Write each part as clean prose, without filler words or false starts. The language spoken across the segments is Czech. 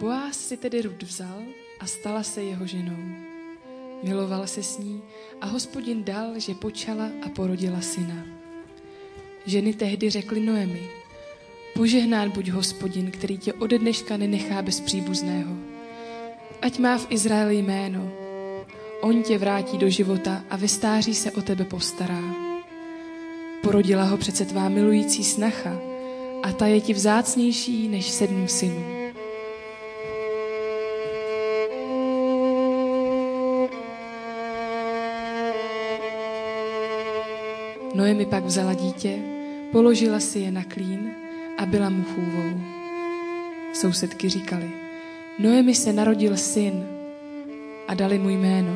Boáz si tedy Rut vzal a stala se jeho ženou. Miloval se s ní a Hospodin dal, že počala a porodila syna. Ženy tehdy řekly Noemi: Požehnán buď Hospodin, který tě ode dneška nenechá bez příbuzného. Ať má v Izraeli jméno. On tě vrátí do života a ve stáří se o tebe postará. Porodila ho přece tvá milující snacha a ta je ti vzácnější než 7 synů. Noemi pak vzala dítě, položila si je na klín a byla mu chůvou. Sousedky říkali: Noemi se narodil syn, a dali mu jméno.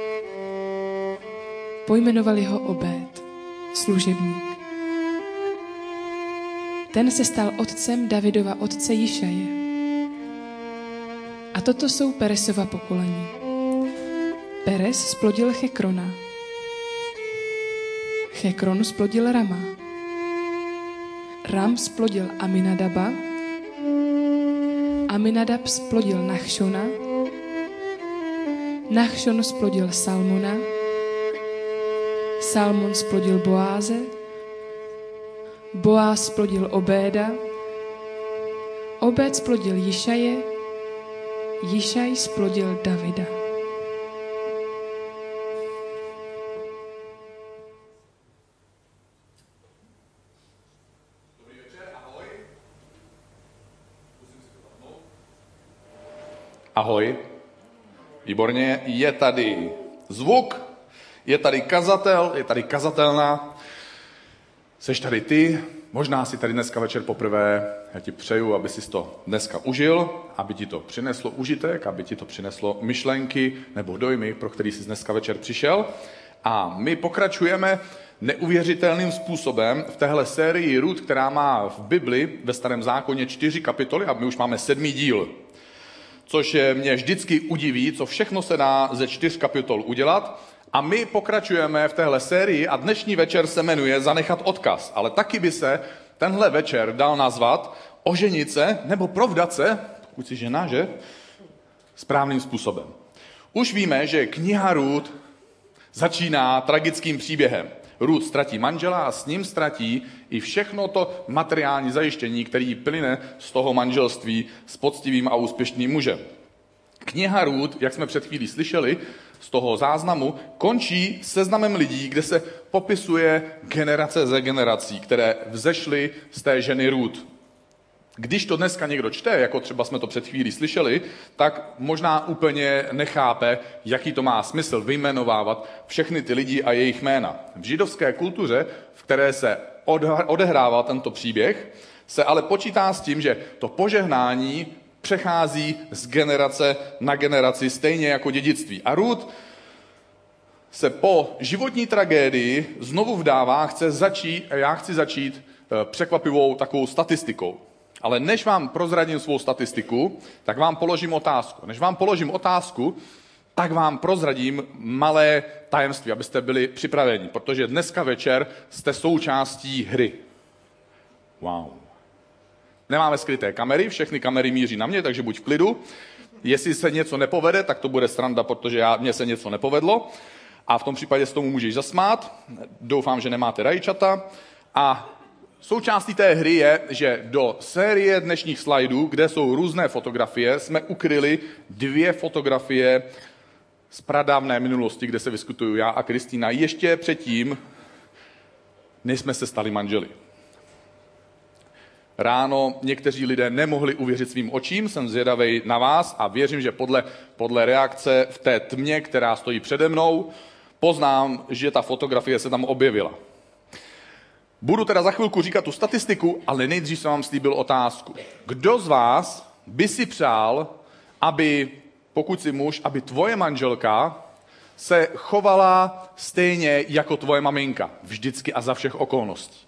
Pojmenovali ho Obed, služebník. Ten se stal otcem Davidova otce Jišaje. A toto jsou Peresova pokolení. Peres splodil Chekrona. Chekron splodil Rama. Ram splodil Aminadaba. Aminadab splodil Nachšona. Nachšon splodil Salmona. Salmon splodil Boáze. Boáz splodil Obéda. Obed splodil Jišaje. Jišaj splodil Davida. Ahoj. Výborně, je tady zvuk, je tady kazatel, je tady kazatelna, seš tady ty, možná si tady dneska večer poprvé, já ti přeju, aby jsi to dneska užil, aby ti to přineslo užitek, aby ti to přineslo myšlenky nebo dojmy, pro který jsi dneska večer přišel. A my pokračujeme neuvěřitelným způsobem v téhle sérii Rut, která má v Bibli ve Starém zákoně 4 kapitoly a my už máme 7. díl. Což mě vždycky udiví, co všechno se dá ze 4 kapitol udělat. A my pokračujeme v téhle sérii a dnešní večer se jmenuje Zanechat odkaz. Ale taky by se tenhle večer dal nazvat Oženit se nebo provdat se, pokud jsi žena, že? Správným způsobem. Už víme, že kniha Rut začíná tragickým příběhem. Rut ztratí manžela a s ním ztratí i všechno to materiální zajištění, který plyne z toho manželství s poctivým a úspěšným mužem. Kniha Rut, jak jsme před chvílí slyšeli z toho záznamu, končí seznamem lidí, kde se popisuje generace ze generací, které vzešly z té ženy Rut. Když to dneska někdo čte, jako třeba jsme to před chvílí slyšeli, tak možná úplně nechápe, jaký to má smysl vyjmenovávat všechny ty lidi a jejich jména. V židovské kultuře, v které se odehrává tento příběh, se ale počítá s tím, že to požehnání přechází z generace na generaci stejně jako dědictví. A Rut se po životní tragédii znovu vdává, já chci začít překvapivou takovou statistikou. Ale než vám prozradím svou statistiku, tak vám položím otázku. Než vám položím otázku, tak vám prozradím malé tajemství, abyste byli připraveni, protože dneska večer jste součástí hry. Wow. Nemáme skryté kamery, všechny kamery míří na mě, takže buď v klidu. Jestli se něco nepovede, tak to bude sranda, protože mně se něco nepovedlo. A v tom případě s tomu můžeš zasmát. Doufám, že nemáte rajčata. A součástí té hry je, že do série dnešních slajdů, kde jsou různé fotografie, jsme ukryli 2 fotografie z pradávné minulosti, kde se vyskytuju já a Kristýna ještě předtím, než jsme se stali manželi. Ráno někteří lidé nemohli uvěřit svým očím, jsem zvědavej na vás a věřím, že podle reakce v té tmě, která stojí přede mnou, poznám, že ta fotografie se tam objevila. Budu teda za chvilku říkat tu statistiku, ale nejdřív jsem vám slíbil otázku. Kdo z vás by si přál, aby, pokud jsi muž, aby tvoje manželka se chovala stejně jako tvoje maminka? Vždycky a za všech okolností.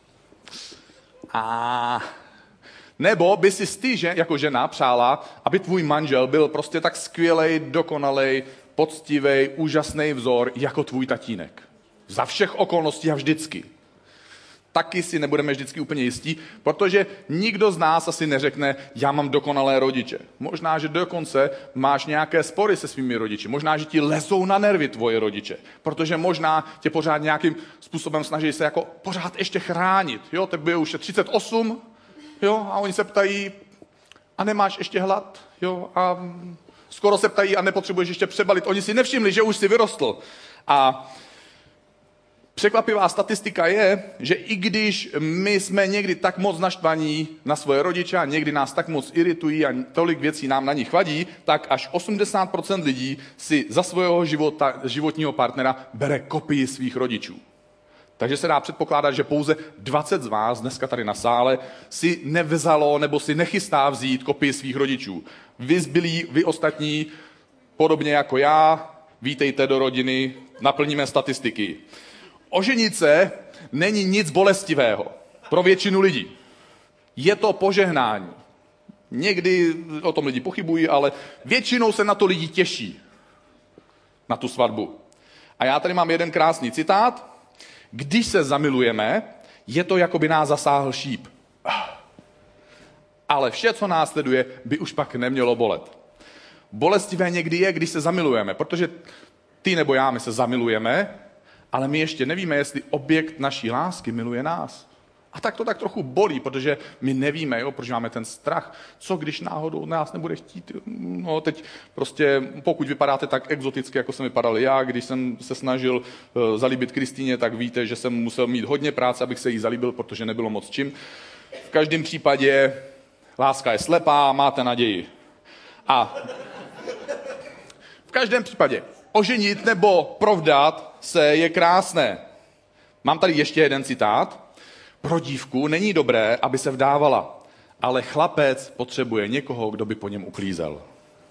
Nebo by si ty, jako žena, přála, aby tvůj manžel byl prostě tak skvělej, dokonalej, poctivej, úžasný vzor, jako tvůj tatínek. Za všech okolností a vždycky. taky si nebudeme vždycky úplně jistí, protože nikdo z nás asi neřekne, já mám dokonalé rodiče. Možná, že dokonce máš nějaké spory se svými rodiči. Možná, že ti lezou na nervy tvoje rodiče, protože možná tě pořád nějakým způsobem snaží se jako pořád ještě chránit. Jo, tebe už je 38, jo, a oni se ptají, a nemáš ještě hlad, jo, a skoro se ptají, a nepotřebuješ ještě přebalit. Oni si nevšimli, že už si vyrostl. A překvapivá statistika je, že i když my jsme někdy tak moc naštvaní na svoje rodiče a někdy nás tak moc iritují a tolik věcí nám na nich vadí, tak až 80% lidí si za svého životního partnera bere kopii svých rodičů. Takže se dá předpokládat, že pouze 20 z vás dneska tady na sále si nevzalo nebo si nechystá vzít kopii svých rodičů. Vy zbylí, vy ostatní, podobně jako já, vítejte do rodiny, naplníme statistiky. Oženit se není nic bolestivého pro většinu lidí. Je to požehnání. Někdy o tom lidi pochybují, ale většinou se na to lidi těší. Na tu svatbu. A já tady mám jeden krásný citát. Když se zamilujeme, je to, jako by nás zasáhl šíp. Ale vše, co následuje, by už pak nemělo bolet. Bolestivé někdy je, když se zamilujeme, protože ty nebo já, my se zamilujeme, ale my ještě nevíme, jestli objekt naší lásky miluje nás. A tak to tak trochu bolí, protože my nevíme, jo, protože máme ten strach. Co když náhodou nás nebude chtít? No teď prostě, pokud vypadáte tak exoticky, jako jsem vypadal já, když jsem se snažil zalíbit Kristýně, tak víte, že jsem musel mít hodně práce, abych se jí zalíbil, protože nebylo moc čím. V každém případě láska je slepá, máte naději. A v každém případě oženit nebo provdat se je krásné. Mám tady ještě jeden citát. Pro dívku není dobré, aby se vdávala, ale chlapec potřebuje někoho, kdo by po něm uklízel.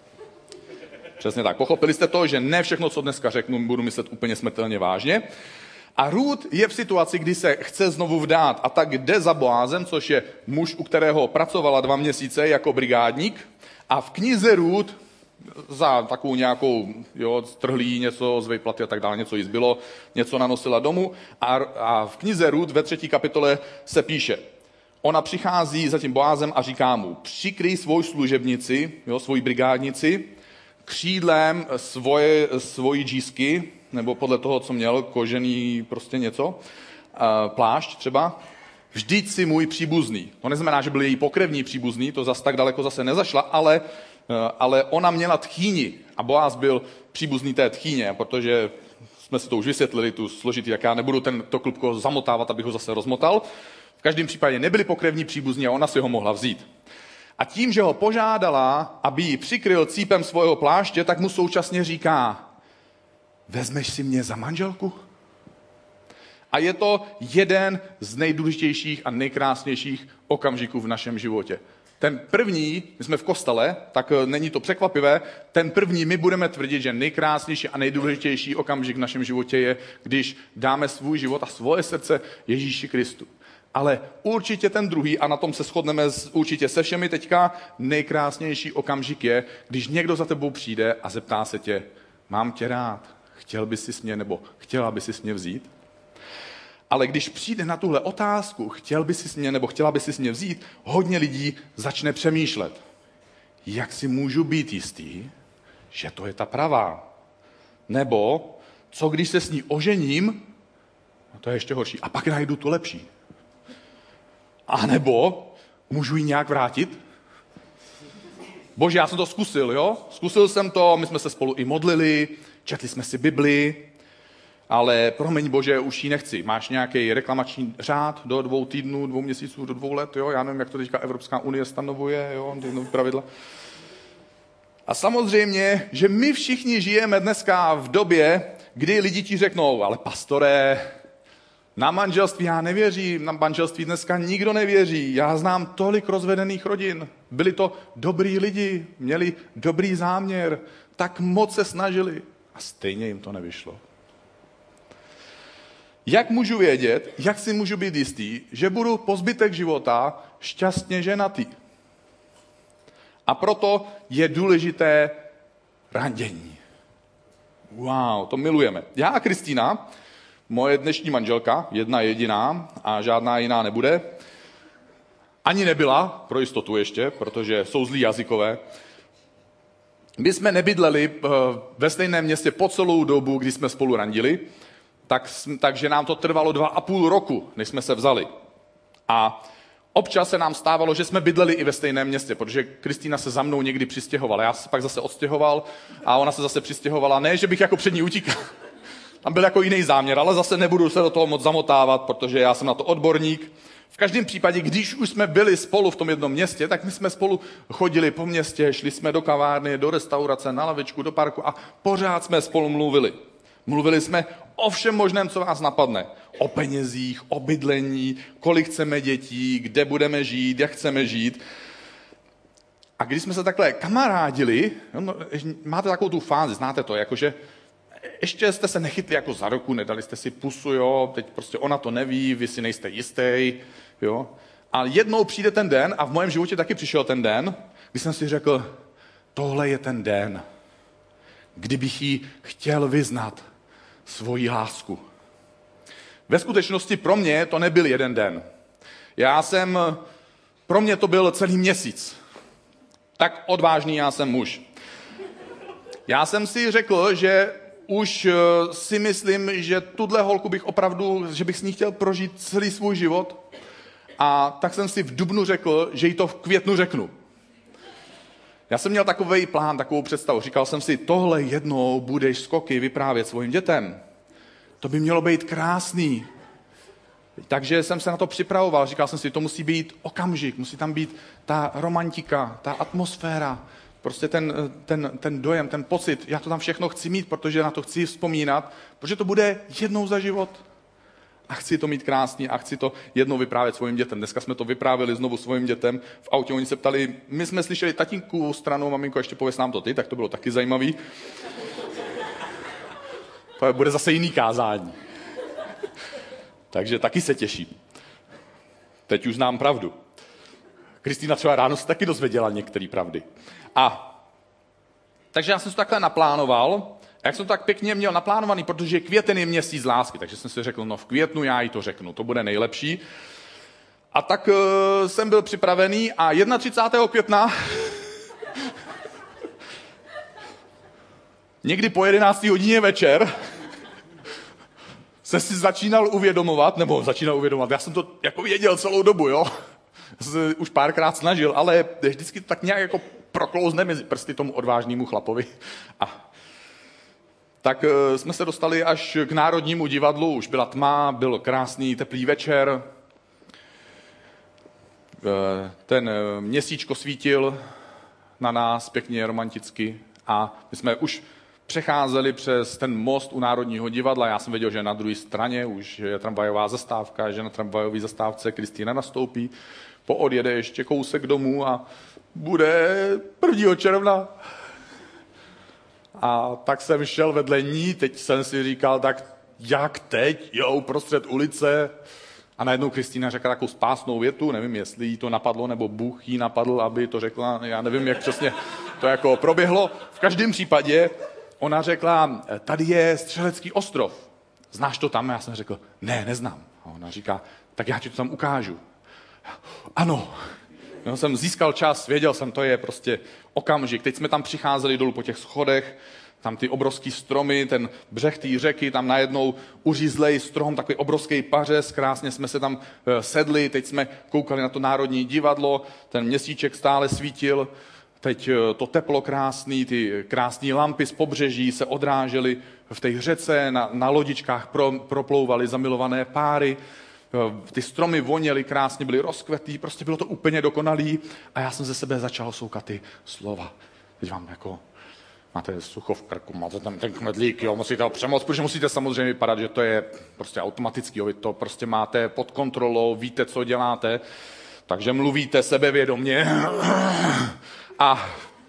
Přesně tak. Pochopili jste to, že ne všechno, co dneska řeknu, budu myslet úplně smrtelně vážně. A Rút je v situaci, kdy se chce znovu vdát a tak jde za Boázem, což je muž, u kterého pracovala 2 měsíce jako brigádník. A v knize Rút za takovou nějakou, jo, strhlí něco z vejplaty a tak dále, něco jí zbylo, něco nanosila domů. A v knize Rút ve 3. kapitole se píše, ona přichází za tím Boázem a říká mu, přikryj svou služebnici, jo, svoji brigádnici, křídlem svojí džísky, nebo podle toho, co měl, kožený prostě něco, plášť třeba, vždyť si můj příbuzný. To neznamená, že byl její pokrevní příbuzný, to zas tak daleko zase nezašla, ale ona měla tchýni a Boáz byl příbuzný té tchýně, protože jsme si to už vysvětlili, tu složitý, jak já nebudu to klubko zamotávat, abych ho zase rozmotal. V každém případě nebyli pokrevní příbuzní a ona si ho mohla vzít. A tím, že ho požádala, aby ji přikryl cípem svého pláště, tak mu současně říká, vezmeš si mě za manželku? A je to jeden z nejdůležitějších a nejkrásnějších okamžiků v našem životě. Ten první, my jsme v kostele, tak není to překvapivé, ten první my budeme tvrdit, že nejkrásnější a nejdůležitější okamžik v našem životě je, když dáme svůj život a svoje srdce Ježíši Kristu. Ale určitě ten druhý, a na tom se shodneme určitě se všemi teďka, nejkrásnější okamžik je, když někdo za tebou přijde a zeptá se tě, mám tě rád, chtěl bys si mě nebo chtěla bys si mě vzít? Ale když přijde na tuhle otázku, chtěl by si mě nebo chtěla by si mě vzít, hodně lidí začne přemýšlet. Jak si můžu být jistý, že to je ta pravá? Nebo co když se s ní ožením, no to je ještě horší, a pak najdu tu lepší. A nebo můžu ji nějak vrátit? Bože, já jsem to zkusil, jo? Zkusil jsem to, my jsme se spolu i modlili, četli jsme si Bibli, ale promiň Bože, už ji nechci. Máš nějaký reklamační řád do 2 týdnů, 2 měsíců, do 2 let, jo? Já nevím, jak to teďka Evropská unie stanovuje, jo? Pravidla. A samozřejmě, že my všichni žijeme dneska v době, kdy lidi ti řeknou, ale pastore, na manželství já nevěřím, na manželství dneska nikdo nevěří. Já znám tolik rozvedených rodin. Byli to dobrý lidi, měli dobrý záměr, tak moc se snažili a stejně jim to nevyšlo. Jak můžu vědět, jak si můžu být jistý, že budu po zbytek života šťastně ženatý? A proto je důležité randění. Wow, to milujeme. Já a Kristýna moje dnešní manželka, jedna jediná a žádná jiná nebude, ani nebyla, pro jistotu ještě, protože jsou zlí jazykové, my jsme nebydleli ve stejném městě po celou dobu, kdy jsme spolu randili, takže nám to trvalo 2,5 roku, než jsme se vzali. A občas se nám stávalo, že jsme bydleli i ve stejném městě, protože Kristýna se za mnou někdy přistěhovala. Já se pak zase odstěhoval a ona se zase přistěhovala. Ne, že bych jako před ní utíkal. Tam byl jako jiný záměr, ale zase nebudu se do toho moc zamotávat, protože já jsem na to odborník. V každém případě, když už jsme byli spolu v tom jednom městě, tak my jsme spolu chodili po městě, šli jsme do kavárny, do restaurace, na lavičku, do parku a pořád jsme spolu mluvili. Mluvili jsme o všem možném, co vás napadne. O penězích, o bydlení, kolik chceme dětí, kde budeme žít, jak chceme žít. A když jsme se takhle kamarádili, máte takovou tu fázi, znáte to, jakože ještě jste se nechytli jako za ruku, nedali jste si pusu, jo, teď prostě ona to neví, vy si nejste jistý, jo. A jednou přijde ten den, a v mém životě taky přišel ten den, kdy jsem si řekl, tohle je ten den, kdybych jí chtěl vyznat svoji lásku. Ve skutečnosti pro mě to nebyl jeden den. Pro mě to byl celý měsíc. Tak odvážný já jsem muž. Já jsem si řekl, že už si myslím, že tuhle holku bych že bych s ní chtěl prožít celý svůj život. A tak jsem si v dubnu řekl, že jí to v květnu řeknu. Já jsem měl takový plán, takovou představu. Říkal jsem si, tohle jednou budeš skoky vyprávět svým dětem. To by mělo být krásný. Takže jsem se na to připravoval. Říkal jsem si, to musí být okamžik, musí tam být ta romantika, ta atmosféra, prostě ten dojem, ten pocit. Já to tam všechno chci mít, protože na to chci vzpomínat, protože to bude jednou za život. A chci to mít krásný a chci to jednou vyprávět svým dětem. Dneska jsme to vyprávěli znovu svým dětem. V autě oni se ptali, my jsme slyšeli tatínku stranu, maminko, ještě pověs nám to ty, tak to bylo taky zajímavý. To bude zase jiný kázání. Takže taky se těším. Teď už znám pravdu. Kristýna třeba ráno se taky dozvěděla některé pravdy. Takže já jsem to takhle naplánoval. A jak jsem to tak pěkně měl naplánovaný, protože květen je měsíc lásky, takže jsem si řekl, v květnu já jí to řeknu, to bude nejlepší. A tak jsem byl připravený a 31. května někdy po 11. hodině večer jsem si začínal uvědomovat, já jsem to jako věděl celou dobu, jo. Se už párkrát snažil, ale vždycky to tak nějak jako proklouzne mezi prsty tomu odvážnému chlapovi. Tak jsme se dostali až k Národnímu divadlu, už byla tma, byl krásný teplý večer, ten měsíčko svítil na nás pěkně romanticky a my jsme už přecházeli přes ten most u Národního divadla, já jsem věděl, že na druhé straně už je tramvajová zastávka, že na tramvajové zastávce Kristýna nastoupí, poodjede ještě kousek domů a bude 1. června. A tak jsem šel vedle ní, teď jsem si říkal, tak jak teď, uprostřed ulice. A najednou Kristýna řekla takovou spásnou větu, nevím, jestli jí to napadlo, nebo Bůh jí napadl, aby to řekla, já nevím, jak přesně to jako proběhlo. V každém případě ona řekla, tady je Střelecký ostrov, znáš to tam? A já jsem řekl, ne, neznám. A ona říká, tak já ti to tam ukážu. Ano. No, jsem získal čas, věděl jsem, to je prostě okamžik. Teď jsme tam přicházeli dolů po těch schodech, tam ty obrovský stromy, ten břeh té řeky, tam najednou uřízlej strom, takový obrovský pařez, krásně jsme se tam sedli, teď jsme koukali na to Národní divadlo, ten měsíček stále svítil, teď to teplo krásný, ty krásné lampy z pobřeží se odrážely v té řece, na lodičkách proplouvaly zamilované páry, ty stromy voněly krásně, byly rozkvetlý, prostě bylo to úplně dokonalý a já jsem ze sebe začal soukat ty slova. Teď vám jako, máte sucho v krku, máte tam ten knedlík, musíte ho přemoct, protože musíte samozřejmě vypadat, že to je prostě automatický, vy to prostě máte pod kontrolou, víte, co děláte, takže mluvíte sebevědomě a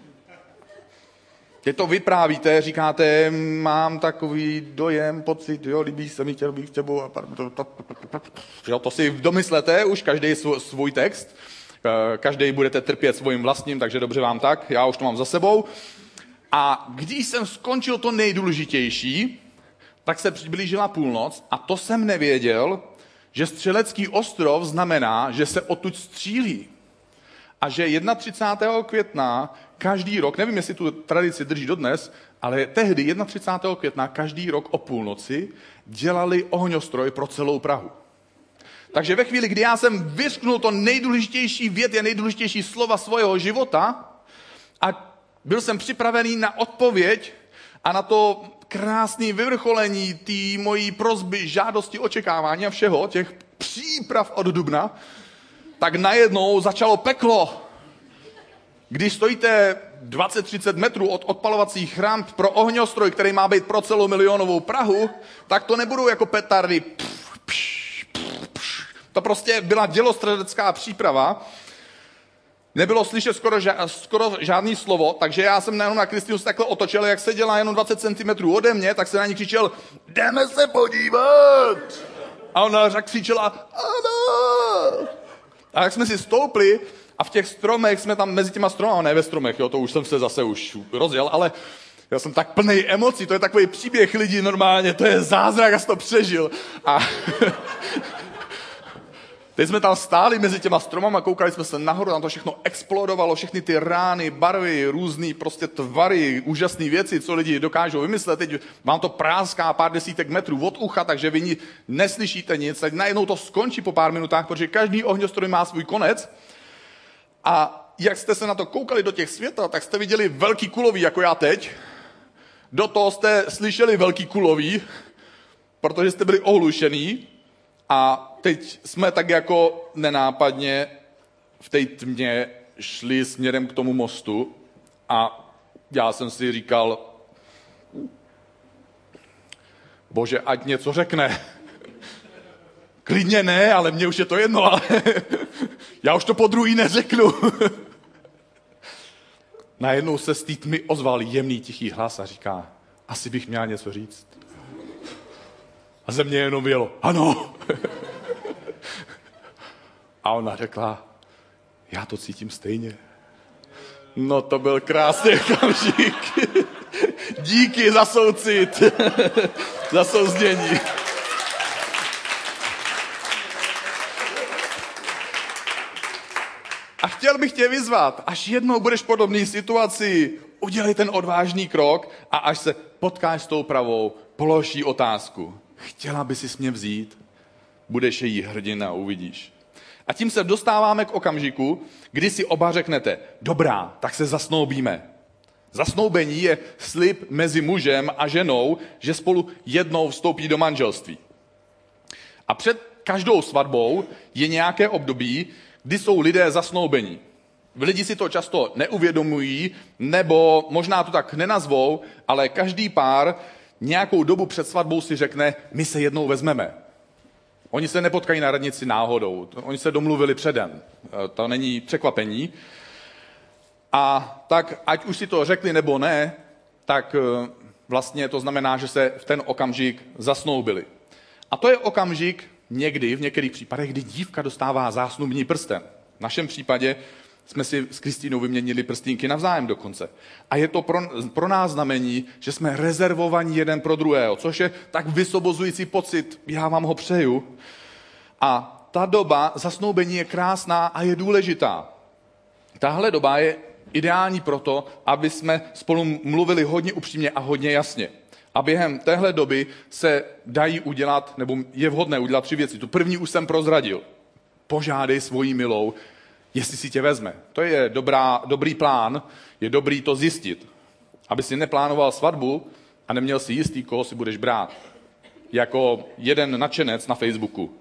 teď to vyprávíte, říkáte, mám takový dojem, pocit, líbí se mi, chtěl bych těbu. To si domyslete, už každý svůj text, každý budete trpět svým vlastním, takže dobře vám tak, já už to mám za sebou. A když jsem skončil to nejdůležitější, tak se přiblížila půlnoc a to jsem nevěděl, že Střelecký ostrov znamená, že se odtud střílí. A že 31. května každý rok, nevím, jestli tu tradici drží dodnes, ale tehdy 31. května každý rok o půlnoci dělali ohňostroj pro celou Prahu. Takže ve chvíli, kdy já jsem vyřknul to nejdůležitější věty a nejdůležitější slova svého života a byl jsem připravený na odpověď a na to krásné vyvrcholení té mojí prosby, žádosti, očekávání a všeho, těch příprav od dubna, tak najednou začalo peklo. Když stojíte 20-30 metrů od odpalovacích ramp pro ohňostroj, který má být pro celou milionovou Prahu, tak to nebudou jako petardy. To prostě byla dělostřelecká příprava. Nebylo slyšet skoro žádný slovo, takže já jsem jenom na Kristýnu se takhle otočil, jak seděla jenom 20 cm ode mě, tak se na ní křičel, jdeme se podívat. A ona křičela, ano. A jak jsme si stoupli a v těch stromech jsme tam mezi těma stromy, ne ve stromech, jo, to už jsem se zase už rozjel, ale já jsem tak plný emocí, to je takový příběh lidí normálně, to je zázrak, já jsem to přežil. A teď jsme tam stáli mezi těma stromama, koukali jsme se nahoru, tam to všechno explodovalo, všechny ty rány, barvy, různý prostě tvary, úžasné věci, co lidi dokážou vymyslet. Teď vám to práská pár desítek metrů od ucha, takže vy neslyšíte nic. Tak najednou to skončí po pár minutách, protože každý ohňostroj má svůj konec. A jak jste se na to koukali do těch světel, tak jste viděli velký kulový, jako já teď. Do toho jste slyšeli velký kulový, protože jste byli ohlušený. A teď jsme tak jako nenápadně v té tmě šli směrem k tomu mostu a já jsem si říkal, Bože, ať něco řekne. Klidně ne, ale mně už je to jedno, ale já už to po druhý neřeknu. Najednou se z té tmy ozval jemný, tichý hlas a říká, asi bych měl něco říct. A ze mě jenom jelo, ano. A ona řekla, já to cítím stejně. No to byl krásný okamžik. Díky za soucit, za souznění. A chtěl bych tě vyzvat, až jednou budeš v podobné situaci, udělej ten odvážný krok a až se potkáš s tou pravou, polož jí otázku. Chtěla by si mě vzít? Budeš její hrdina, uvidíš. A tím se dostáváme k okamžiku, kdy si oba řeknete, dobrá, tak se zasnoubíme. Zasnoubení je slib mezi mužem a ženou, že spolu jednou vstoupí do manželství. A před každou svatbou je nějaké období, kdy jsou lidé zasnoubení. Lidi si to často neuvědomují, nebo možná to tak nenazvou, ale každý pár nějakou dobu před svatbou si řekne, my se jednou vezmeme. Oni se nepotkají na radnici náhodou, oni se domluvili předem, to není překvapení. A tak, ať už si to řekli nebo ne, tak vlastně to znamená, že se v ten okamžik zasnoubili. A to je okamžik někdy, v některých případech, kdy dívka dostává zásnubní prsten. V našem případě jsme si s Kristýnou vyměnili prstínky navzájem dokonce. A je to pro nás znamení, že jsme rezervovaní jeden pro druhého, což je tak vysobozující pocit, já vám ho přeju. A ta doba zasnoubení je krásná a je důležitá. Tahle doba je ideální proto, aby jsme spolu mluvili hodně upřímně a hodně jasně. A během téhle doby se dají udělat, nebo je vhodné udělat 3 věci. Tu první už jsem prozradil. Požádej svojí milou, jestli si tě vezme. To je dobrý plán, je dobrý to zjistit. Aby si neplánoval svatbu a neměl si jistý, koho si budeš brát. Jako jeden nadšenec na Facebooku,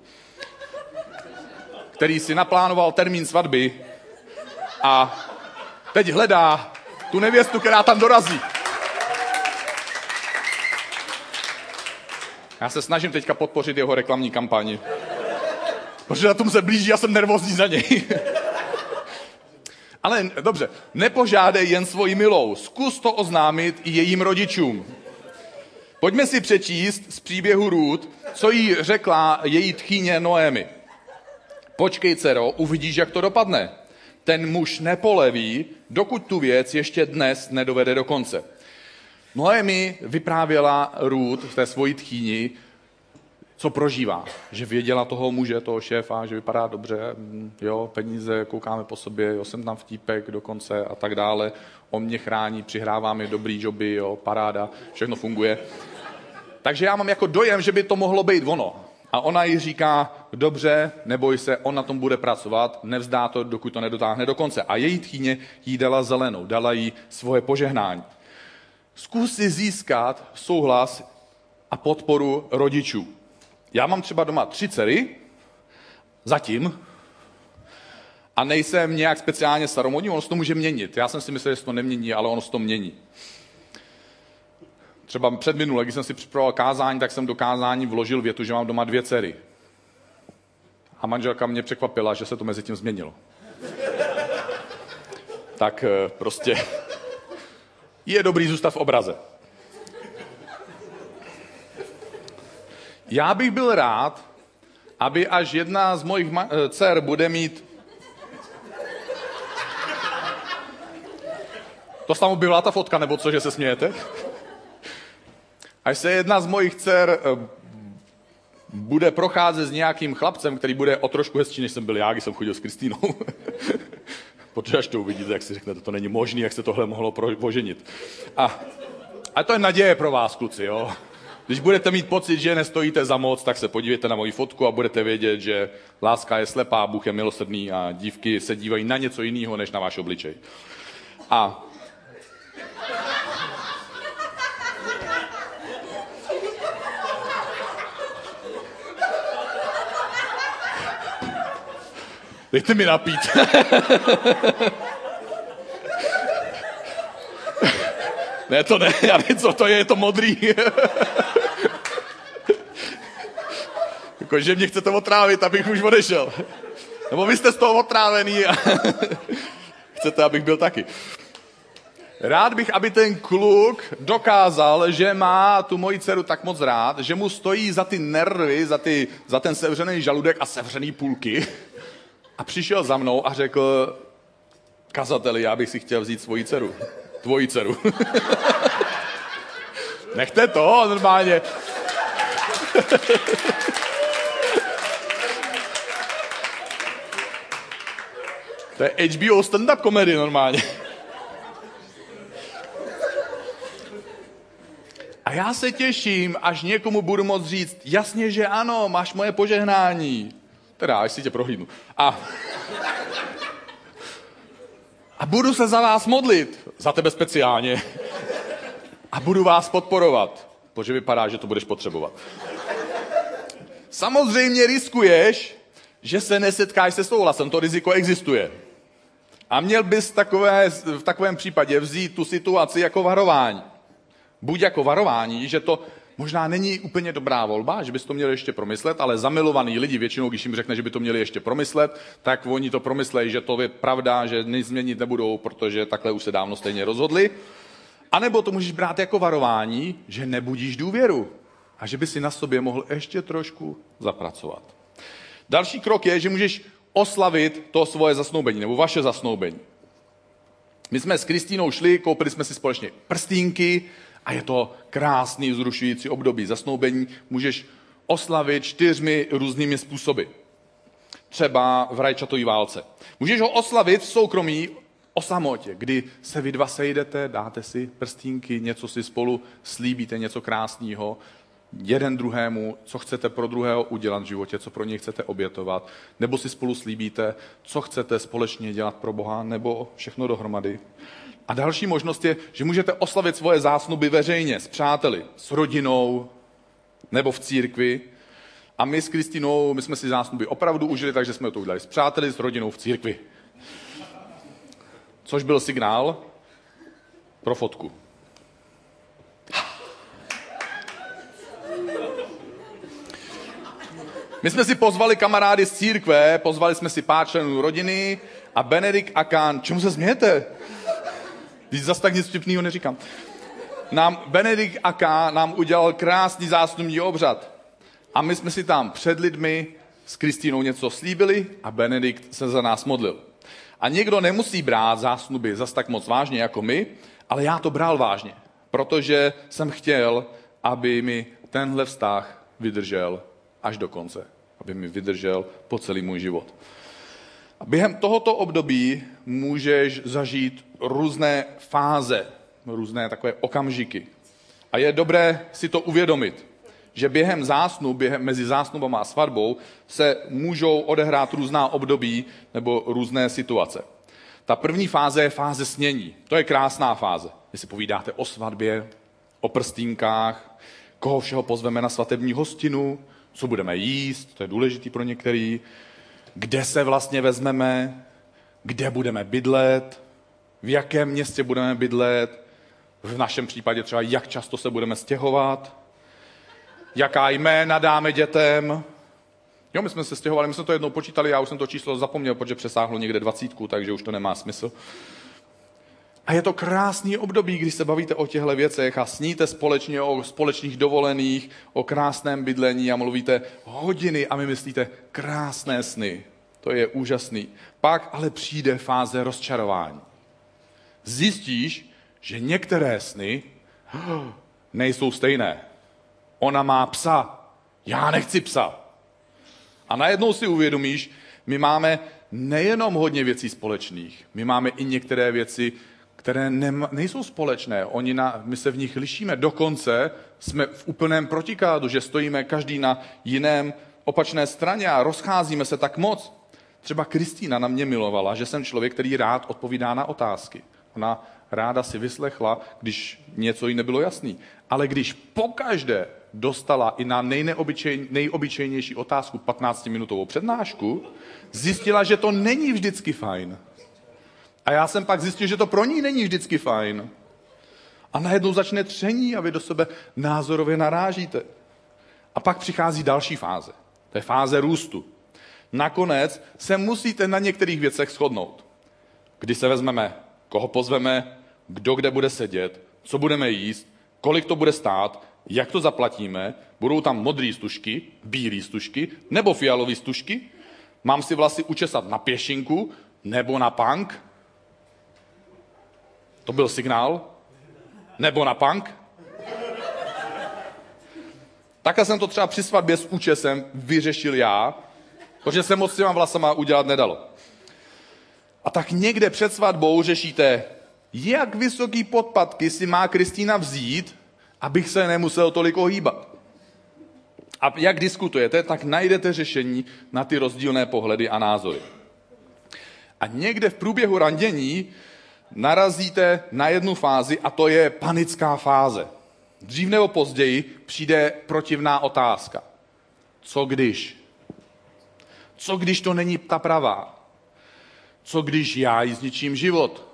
který si naplánoval termín svatby a teď hledá tu nevěstu, která tam dorazí. Já se snažím teďka podpořit jeho reklamní kampaň. Protože na tom se blíží, já jsem nervózní za něj. Ale dobře, nepožádej jen svoji milou, zkus to oznámit i jejím rodičům. Pojďme si přečíst z příběhu Rút, co jí řekla její tchýně Noemi. Počkej, dcero, uvidíš, jak to dopadne. Ten muž nepoleví, dokud tu věc ještě dnes nedovede do konce. Noemi vyprávěla Ruth v té svojí tchýni, co prožívá. Že věděla toho muže, toho šéfa, že vypadá dobře, jo, peníze, koukáme po sobě, jo, jsem tam vtípek dokonce a tak dále. On mě chrání, přihrává mi dobrý joby, jo, paráda, všechno funguje. Takže já mám jako dojem, že by to mohlo být ono. A ona jí říká, dobře, neboj se, on na tom bude pracovat, nevzdá to, dokud to nedotáhne do konce. A její tchýně jí dala zelenou, dala jí svoje požehnání. Zkus si získat souhlas a podporu rodičů. Já mám třeba doma 3 dcery, zatím, a nejsem nějak speciálně staromódní, ono se to může měnit. Já jsem si myslel, že se to nemění, ale ono se to mění. Třeba předminule, když jsem si připravoval kázání, tak jsem do kázání vložil větu, že mám doma 2 dcery. A manželka mě překvapila, že se to mezi tím změnilo. Tak prostě je dobrý zůstat v obraze. Já bych byl rád, aby až jedna z mojich dcer bude mít... To tam byla ta fotka, nebo co, že se smějete? Až se jedna z mojich dcer bude procházet s nějakým chlapcem, který bude o trošku hezčí, než jsem byl já, když jsem chodil s Kristýnou. Protože až to uvidíte, jak si řeknete, to není možné, jak se tohle mohlo poženit. A to je naděje pro vás, kluci, jo? Když budete mít pocit, že nestojíte za moc, tak se podívejte na moji fotku a budete vědět, že láska je slepá, Bůh je milosrdný a dívky se dívají na něco jiného, než na váš obličej. A dejte mi napít. Ne, to ne, já nevím, co to je to modrý. Že mě chcete otrávit, abych už odešel. Nebo vy jste z toho otrávený a chcete, abych byl taky. Rád bych, aby ten kluk dokázal, že má tu moji dceru tak moc rád, že mu stojí za ty nervy, za ten sevřený žaludek a sevřený půlky. A přišel za mnou a řekl, kazateli, já bych si chtěl vzít svoji dceru. Tvoji dceru. Nechte to, normálně. To je HBO stand-up komedy normálně. A já se těším, až někomu budu moct říct, jasně, že ano, máš moje požehnání. Teda, až si tě prohlídnu. A budu se za vás modlit, za tebe speciálně. A budu vás podporovat, protože vypadá, že to budeš potřebovat. Samozřejmě riskuješ, že se nesetkáš se souhlasem, to riziko existuje. A měl bys v takovém případě vzít tu situaci jako varování. Buď jako varování, že to možná není úplně dobrá volba, že bys to měl ještě promyslet, ale zamilovaný lidi většinou, když jim řekne, že by to měli ještě promyslet, tak oni to promyslejí, že to je pravda, že nic změnit nebudou, protože takhle už se dávno stejně rozhodli. A nebo to můžeš brát jako varování, že nebudíš důvěru a že by si na sobě mohl ještě trošku zapracovat. Další krok je, že můžeš oslavit to svoje zasnoubení, nebo vaše zasnoubení. My jsme s Kristýnou šli, koupili jsme si společně prstínky a je to krásný, vzrušující období zasnoubení. Můžeš oslavit 4 různými způsoby. Třeba v rajčatové válce. Můžeš ho oslavit v soukromí o samotě, kdy se vy dva sejdete, dáte si prstínky, něco si spolu slíbíte, něco krásného, jeden druhému, co chcete pro druhého udělat v životě, co pro něj chcete obětovat, nebo si spolu slíbíte, co chcete společně dělat pro Boha, nebo všechno dohromady. A další možnost je, že můžete oslavit svoje zásnuby veřejně, s přáteli, s rodinou, nebo v církvi. A my s Kristýnou, my jsme si zásnuby opravdu užili, takže jsme to udělali s přáteli, s rodinou v církvi. Což byl signál pro fotku. My jsme si pozvali kamarády z církve, pozvali jsme si pár členů rodiny a Benedikt a Kán, čemu se smějete? Když zase tak nic vtipného neříkám. Benedikt a Kán nám udělal krásný zásnubní obřad. A my jsme si tam před lidmi s Kristýnou něco slíbili a Benedikt se za nás modlil. A někdo nemusí brát zásnuby zas tak moc vážně jako my, ale já to bral vážně. protože jsem chtěl, aby mi tenhle vztah vydržel až do konce. Aby mi vydržel po celý můj život. A během tohoto období můžeš zažít různé fáze, různé takové okamžiky. A je dobré si to uvědomit, že během mezi zásnubama a svatbou se můžou odehrát různá období nebo různé situace. Ta první fáze je fáze snění. To je krásná fáze. Vy si povídáte o svatbě, o prstýnkách, koho všeho pozveme na svatební hostinu, co budeme jíst, to je důležitý pro některý, kde se vlastně vezmeme, kde budeme bydlet, v jakém městě budeme bydlet, v našem případě třeba jak často se budeme stěhovat, jaká jména dáme dětem. Jo, my jsme se stěhovali, my jsme to jednou počítali, já už jsem to číslo zapomněl, protože přesáhlo někde 20, takže už to nemá smysl. A je to krásný období, když se bavíte o těchto věcech a sníte společně o společných dovolených, o krásném bydlení a mluvíte hodiny a my myslíte krásné sny. To je úžasný. Pak ale přijde fáze rozčarování. Zjistíš, že některé sny nejsou stejné. Ona má psa, já nechci psa. A najednou si uvědomíš, my máme nejenom hodně věcí společných, my máme i některé věci, které nejsou společné. My se v nich lišíme. Dokonce jsme v úplném protikádu, že stojíme každý na jiném opačné straně a rozcházíme se tak moc. Třeba Kristýna na mě milovala, že jsem člověk, který rád odpovídá na otázky. Ona ráda si vyslechla, když něco jí nebylo jasný. Ale když pokaždé dostala i na nejobyčejnější otázku 15-minutovou přednášku, zjistila, že to není vždycky fajn. A já jsem pak zjistil, že to pro ní není vždycky fajn. A najednou začne tření a vy do sebe názorově narážíte. A pak přichází další fáze. To je fáze růstu. Nakonec se musíte na některých věcech shodnout. Kdy se vezmeme, koho pozveme, kdo kde bude sedět, co budeme jíst, kolik to bude stát, jak to zaplatíme, budou tam modrý stužky, bílý stužky nebo fialový stužky, mám si vlasy učesat na pěšinku nebo na punk. To byl signál. Nebo na punk. Takhle jsem to třeba při svatbě s účesem vyřešil já, protože se moc s těma vlasama udělat nedalo. A tak někde před svatbou řešíte, jak vysoký podpatky si má Kristýna vzít, abych se nemusel tolik ohýbat. A jak diskutujete, tak najdete řešení na ty rozdílné pohledy a názory. A někde v průběhu randění narazíte na jednu fázi a to je panická fáze. Dřív nebo později přijde protivná otázka. Co když? Co když to není ta pravá? Co když já jí zničím život?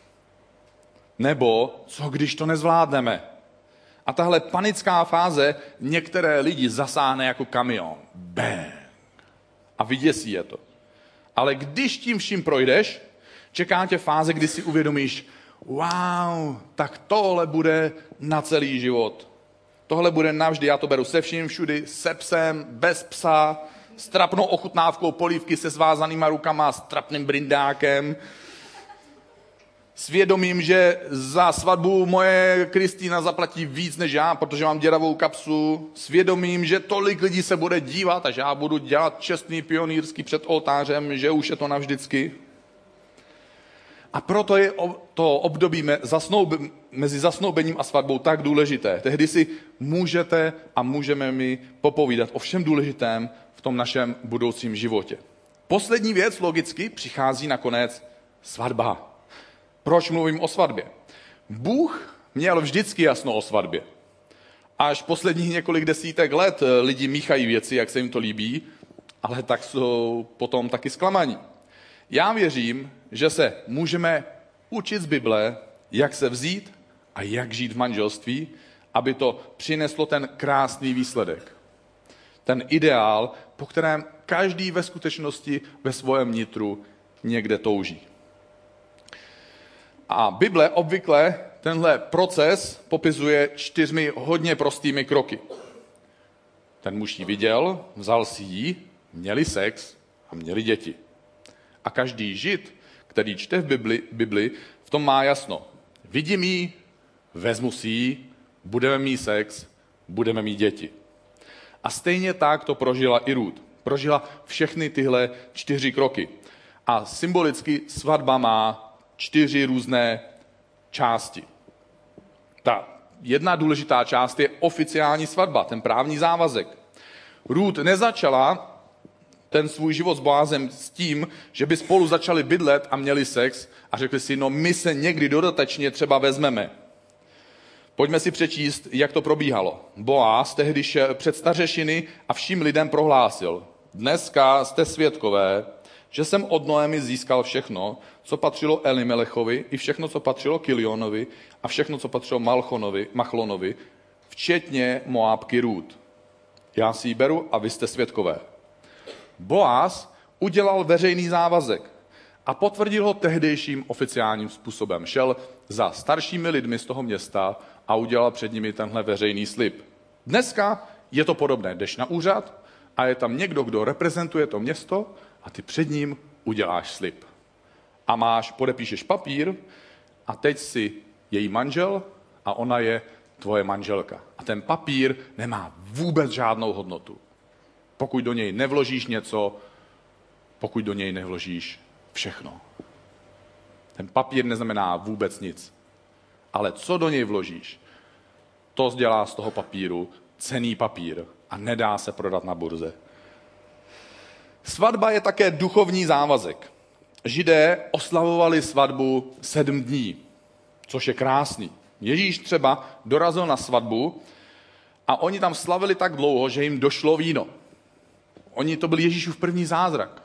Nebo co když to nezvládneme? A tahle panická fáze některé lidi zasáhne jako kamion. Bang! A vyděsí je to. Ale když tím vším projdeš, čeká tě fáze, kdy si uvědomíš, wow, tak tohle bude na celý život. Tohle bude navždy, já to beru se vším všudy, se psem, bez psa, s trapnou ochutnávkou polívky se svázanýma rukama, s trapným brindákem. Svědomím, že za svatbu moje Kristýna zaplatí víc než já, protože mám děravou kapsu. Svědomím, že tolik lidí se bude dívat a že já budu dělat čestný pionýrský před oltářem, že už je to navždycky. A proto je to období mezi zasnoubením a svatbou tak důležité. Tehdy si můžete a můžeme mi popovídat o všem důležitém v tom našem budoucím životě. Poslední věc logicky přichází nakonec svatba. Proč mluvím o svatbě? Bůh měl vždycky jasno o svatbě. Až posledních několik desítek let lidi míchají věci, jak se jim to líbí, ale tak jsou potom taky zklamaní. Já věřím, že se můžeme učit z Bible, jak se vzít a jak žít v manželství, aby to přineslo ten krásný výsledek. Ten ideál, po kterém každý ve skutečnosti ve svém nitru někde touží. A Bible obvykle tenhle proces popisuje 4 hodně prostými kroky. Ten muž ji viděl, vzal si ji, měli sex a měli děti. A každý žid, který čte v Bibli, v tom má jasno. Vidím ji, vezmu si ji, budeme mít sex, budeme mít děti. A stejně tak to prožila i Ruth. Prožila všechny tyhle 4 kroky. A symbolicky svatba má 4 různé části. Ta jedna důležitá část je oficiální svatba, ten právní závazek. Ruth nezačala ten svůj život s Boázem s tím, že by spolu začali bydlet a měli sex a řekli si, no my se někdy dodatečně třeba vezmeme. Pojďme si přečíst, jak to probíhalo. Boáz tehdy šel před stařešiny a vším lidem prohlásil, dneska jste svědkové, že jsem od Noemi získal všechno, co patřilo Elimelechovi, i všechno, co patřilo Kilionovi a všechno, co patřilo Machlonovi, včetně Moábky Ruth. Já si ji beru a vy jste svědkové. Boáz udělal veřejný závazek a potvrdil ho tehdejším oficiálním způsobem. Šel za staršími lidmi z toho města a udělal před nimi tenhle veřejný slib. Dneska je to podobné. Jdeš na úřad a je tam někdo, kdo reprezentuje to město a ty před ním uděláš slib. A podepíšeš papír a teď si její manžel a ona je tvoje manželka. A ten papír nemá vůbec žádnou hodnotu. Pokud do něj nevložíš něco, pokud do něj nevložíš všechno. Ten papír neznamená vůbec nic. Ale co do něj vložíš, to dělá z toho papíru cenný papír a nedá se prodat na burze. Svatba je také duchovní závazek. Židé oslavovali svatbu 7 dní, což je krásný. Ježíš třeba dorazil na svatbu a oni tam slavili tak dlouho, že jim došlo víno. To byl Ježíšův první zázrak.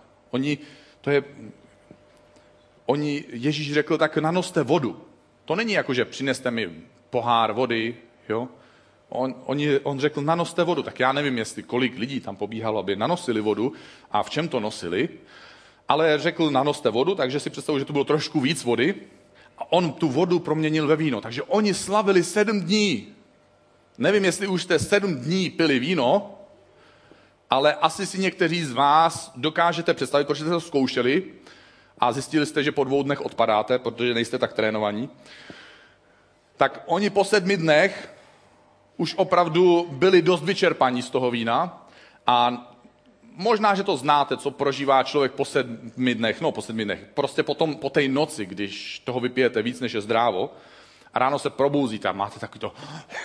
Ježíš řekl, tak nanoste vodu. To není jako, že přineste mi pohár vody, jo? On řekl, nanoste vodu. Tak já nevím, kolik lidí tam pobíhalo, aby nanosili vodu a v čem to nosili, ale řekl, nanoste vodu, takže si představuji, že to bylo trošku víc vody a on tu vodu proměnil ve víno. Takže oni slavili 7 dní. Nevím, jestli už jste 7 dní pili víno, ale asi si někteří z vás dokážete představit, protože jste to zkoušeli a zjistili jste, že po 2 dnech odpadáte, protože nejste tak trénovaní. Tak oni po 7 dnech už opravdu byli dost vyčerpaní z toho vína a možná, že to znáte, co prožívá člověk po 7 dnech, prostě po té noci, když toho vypijete víc, než je zdrávo, a ráno se probouzíte a máte takový to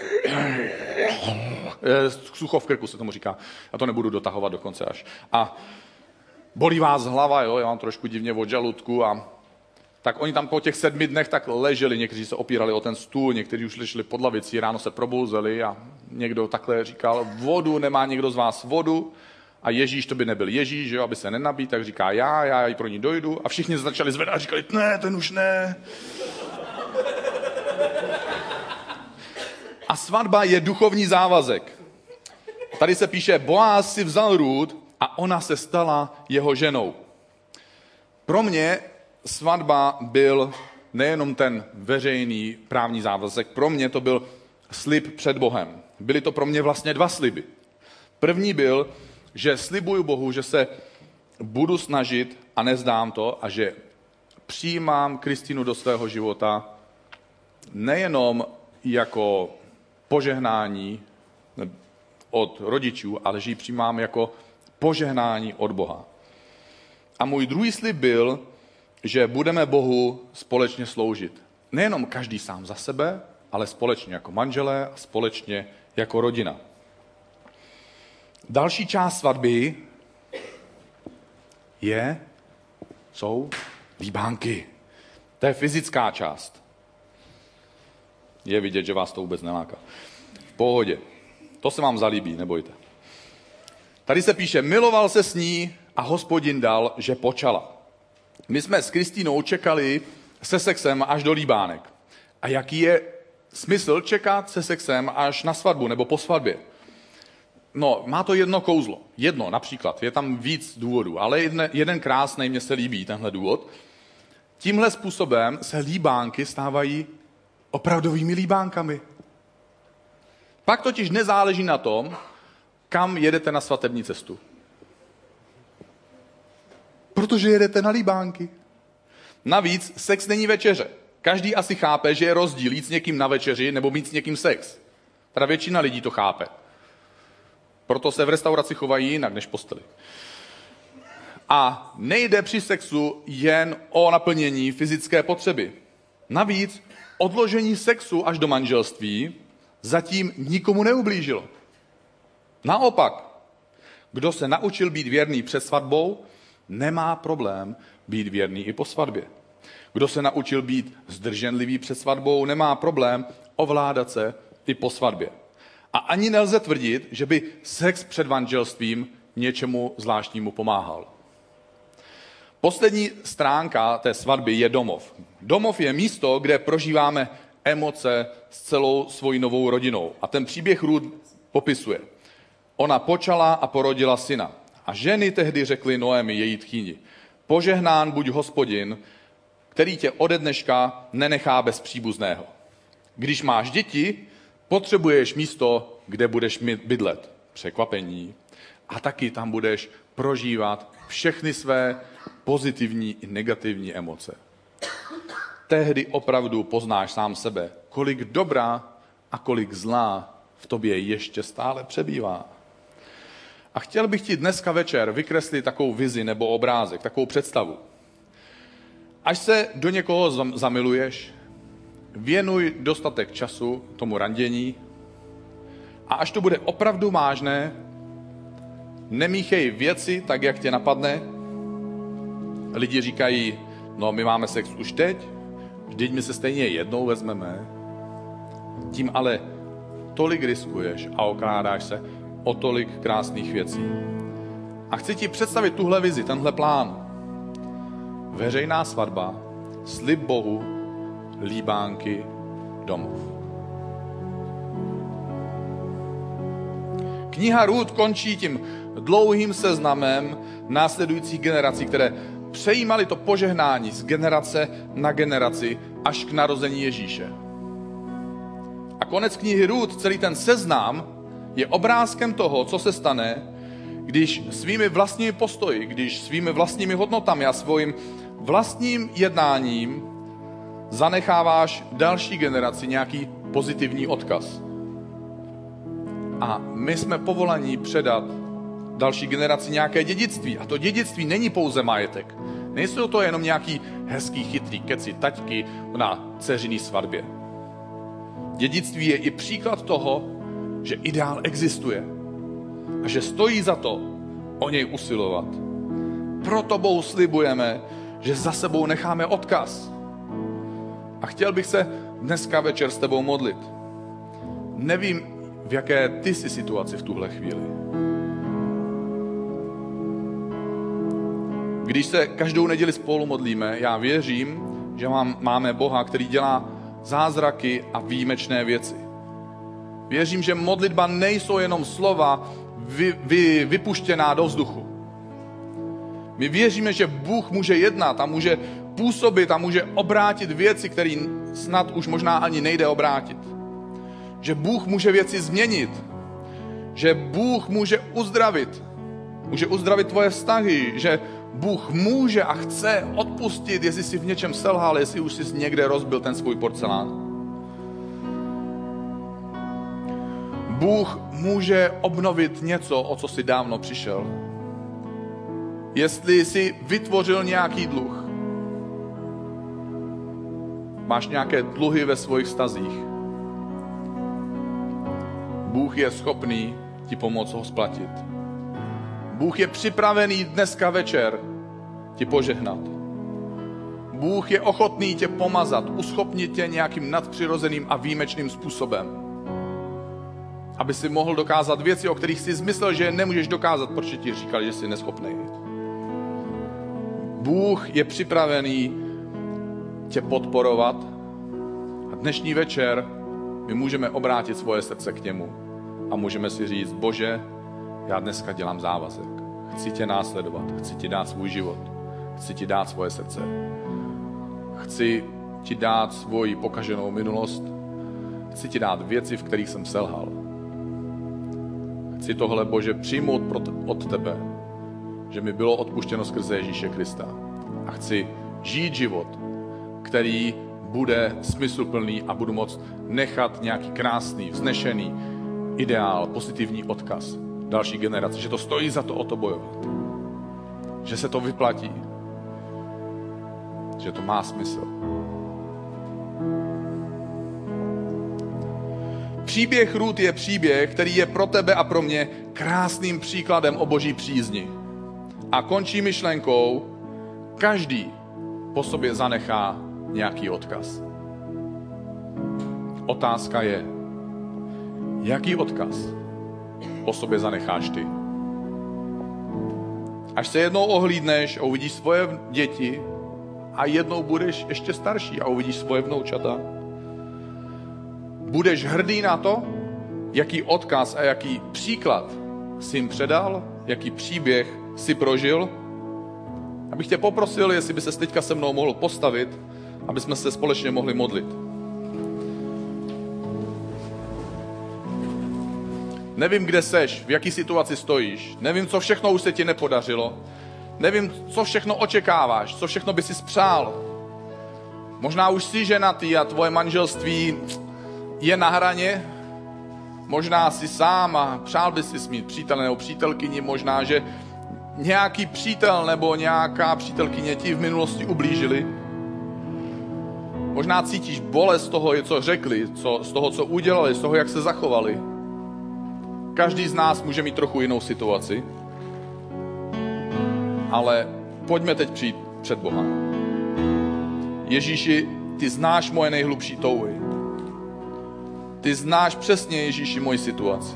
sucho v krku se tomu říká. Já to nebudu dotahovat dokonce až. A bolí vás hlava, jo, já mám trošku divně od žaludku a tak oni tam po těch 7 dnech tak leželi, někteří se opírali o ten stůl, někteří už leželi pod lavicí, ráno se probouzeli a někdo takhle říkal, vodu, nemá někdo z vás vodu? A Ježíš, to by nebyl Ježíš, jo, aby se nenabít, tak říká já ji pro ní dojdu a všichni začali zvedat a říkali, ne, ten už ne. A svatba je duchovní závazek. Tady se píše, Boáz si vzal Ruth a ona se stala jeho ženou. Pro mě svatba byl nejenom ten veřejný právní závazek, pro mě to byl slib před Bohem. Byly to pro mě vlastně 2 sliby. První byl, že slibuju Bohu, že se budu snažit a nezdám to a že přijímám Kristinu do svého života nejenom jako požehnání od rodičů, ale že ji přijímám jako požehnání od Boha. A můj druhý slib byl, že budeme Bohu společně sloužit. Nejenom každý sám za sebe, ale společně jako manželé a společně jako rodina. Další část svatby jsou líbánky. To je fyzická část. Je vidět, že vás to vůbec neláká. V pohodě. To se vám zalíbí, nebojte. Tady se píše, miloval se s ní a Hospodin dal, že počala. My jsme s Kristýnou čekali se sexem až do líbánek. A jaký je smysl čekat se sexem až na svatbu nebo po svatbě? No, má to jedno kouzlo. Jedno například. Je tam víc důvodů, ale jeden krásný mně se líbí tenhle důvod. Tímhle způsobem se líbánky stávají opravdovými líbánkami. Pak totiž nezáleží na tom, kam jedete na svatební cestu. Protože jedete na líbánky. Navíc sex není večeře. Každý asi chápe, že je rozdíl jít s někým na večeři nebo mít s někým sex. Teda většina lidí to chápe. Proto se v restauraci chovají jinak než posteli. A nejde při sexu jen o naplnění fyzické potřeby. Navíc odložení sexu až do manželství zatím nikomu neublížilo. Naopak, kdo se naučil být věrný před svatbou, nemá problém být věrný i po svatbě. Kdo se naučil být zdrženlivý před svatbou, nemá problém ovládat se i po svatbě. A ani nelze tvrdit, že by sex před manželstvím něčemu zvláštnímu pomáhal. Poslední stránka té svatby je domov. Domov je místo, kde prožíváme emoce s celou svojí novou rodinou. A ten příběh Rút popisuje. Ona počala a porodila syna. A ženy tehdy řekly Noemi, její tchýni, požehnán buď Hospodin, který tě ode dneška nenechá bez příbuzného. Když máš děti, potřebuješ místo, kde budeš bydlet. Překvapení. A taky tam budeš prožívat všechny své pozitivní i negativní emoce. Tehdy opravdu poznáš sám sebe, kolik dobra a kolik zla v tobě ještě stále přebývá. A chtěl bych ti dneska večer vykreslit takovou vizi nebo obrázek, takovou představu. Až se do někoho zamiluješ, věnuj dostatek času tomu randění a až to bude opravdu vážné, nemíchej věci tak, jak tě napadne. Lidi říkají, no my máme sex už teď, vždyť my se stejně jednou vezmeme. Tím ale tolik riskuješ a okrádáš se o tolik krásných věcí. A chci ti představit tuhle vizi, tenhle plán. Veřejná svatba, slib Bohu, líbánky, domov. Kniha Rút končí tím dlouhým seznamem následujících generací, které přejímali to požehnání z generace na generaci až k narození Ježíše. A konec knihy Rút, celý ten seznam, je obrázkem toho, co se stane, když svými vlastními postoji, když svými vlastními hodnotami a svým vlastním jednáním zanecháváš další generaci nějaký pozitivní odkaz. A my jsme povolaní předat další generaci nějaké dědictví. A to dědictví není pouze majetek. Nejsou to jenom nějaký hezký, chytrý keci taťky na dceřiný svatbě. Dědictví je i příklad toho, že ideál existuje a že stojí za to o něj usilovat. Proto Bohu slibujeme, že za sebou necháme odkaz. A chtěl bych se dneska večer s tebou modlit. Nevím, v jaké ty jsi situaci v tuhle chvíli. Když se každou neděli spolu modlíme, já věřím, že máme Boha, který dělá zázraky a výjimečné věci. Věřím, že modlitba nejsou jenom slova vypuštěná do vzduchu. My věříme, že Bůh může jednat a může působit a může obrátit věci, které snad už možná ani nejde obrátit. Že Bůh může věci změnit. Že Bůh může uzdravit. Může uzdravit tvoje vztahy. Že Bůh může a chce odpustit, jestli jsi v něčem selhal, jestli už jsi někde rozbil ten svůj porcelán. Bůh může obnovit něco, o co jsi dávno přišel. Jestli jsi vytvořil nějaký dluh, máš nějaké dluhy ve svých vztazích, Bůh je schopný ti pomoct ho splatit. Bůh je připravený dneska večer ti požehnat. Bůh je ochotný tě pomazat, uschopnit tě nějakým nadpřirozeným a výjimečným způsobem. Aby si mohl dokázat věci, o kterých jsi myslel, že nemůžeš dokázat, protože ti říkali, že jsi neschopný. Bůh je připravený tě podporovat a dnešní večer my můžeme obrátit svoje srdce k němu a můžeme si říct, Bože, já dneska dělám závazek. Chci tě následovat, chci ti dát svůj život, chci ti dát svoje srdce. Chci ti dát svoji pokaženou minulost, chci ti dát věci, v kterých jsem selhal. Chci tohle, Bože, přijmout od tebe, že mi bylo odpuštěno skrze Ježíše Krista. A chci žít život, který bude smysluplný a budu moct nechat nějaký krásný, vznešený ideál, pozitivní odkaz další generaci. Že to stojí za to o to bojovat. Že se to vyplatí. Že to má smysl. Příběh Rut je příběh, který je pro tebe a pro mě krásným příkladem o Boží přízni. A končí myšlenkou, každý po sobě zanechá nějaký odkaz. Otázka je, jaký odkaz po sobě zanecháš ty? Až se jednou ohlídneš a uvidíš svoje děti a jednou budeš ještě starší a uvidíš svoje vnoučata, budeš hrdý na to, jaký odkaz a jaký příklad jsi jim předal, jaký příběh jsi prožil. Abych tě poprosil, jestli by ses teďka se mnou mohl postavit, aby jsme se společně mohli modlit. Nevím, kde seš, v jaký situaci stojíš, nevím, co všechno už se ti nepodařilo, nevím, co všechno očekáváš, co všechno by si spřál. Možná už jsi ženatý a tvoje manželství je na hraně, možná jsi sám a přál by si mít přítele nebo přítelkyni, možná, že nějaký přítel nebo nějaká přítelkyně ti v minulosti ublížili. Možná cítíš bolest z toho, co řekli, z toho, co udělali, z toho, jak se zachovali. Každý z nás může mít trochu jinou situaci, ale pojďme teď přijít před Boha. Ježíši, ty znáš moje nejhlubší touhy. Ty znáš přesně, Ježíši, moji situaci.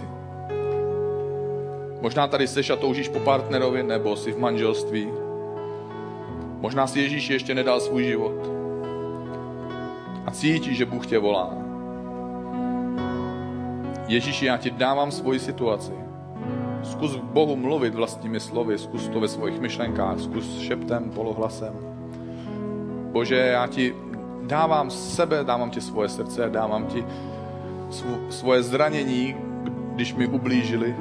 Možná tady seš a toužíš po partnerovi, nebo jsi v manželství. Možná si Ježíši ještě nedal svůj život. A cítíš, že Bůh tě volá. Ježíši, já ti dávám svoji situaci. Zkus Bohu mluvit vlastními slovy, zkus to ve svých myšlenkách, zkus šeptem, polohlasem. Bože, já ti dávám sebe, dávám ti svoje srdce, dávám ti svoje zranění, když mi ublížili.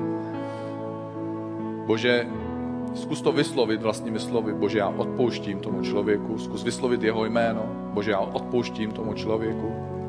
Bože, zkus to vyslovit vlastními slovy. Bože, já odpouštím tomu člověku. Zkus vyslovit jeho jméno. Bože, já odpouštím tomu člověku.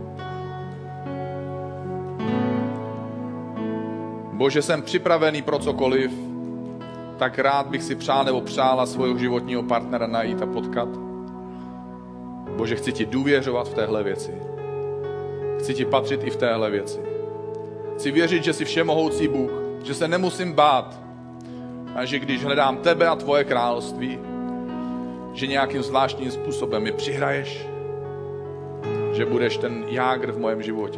Bože, jsem připravený pro cokoliv. Tak rád bych si přál nebo přála svého životního partnera najít a potkat. Bože, chci ti důvěřovat v téhle věci. Chci ti patřit i v téhle věci. Chci věřit, že jsi všemohoucí Bůh, že se nemusím bát a že když hledám tebe a tvoje království, že nějakým zvláštním způsobem mi přihraješ, že budeš ten jágr v mém životě.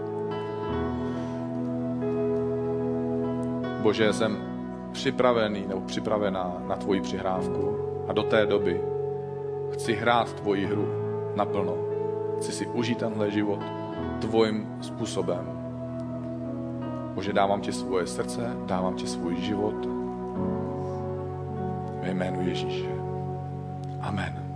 Bože, jsem připravený nebo připravená na tvoji přihrávku a do té doby chci hrát tvoji hru naplno. Chci si užít tenhle život tvojím způsobem. Bože, dávám ti svoje srdce, dávám ti svůj život ve jménu Ježíše. Amen.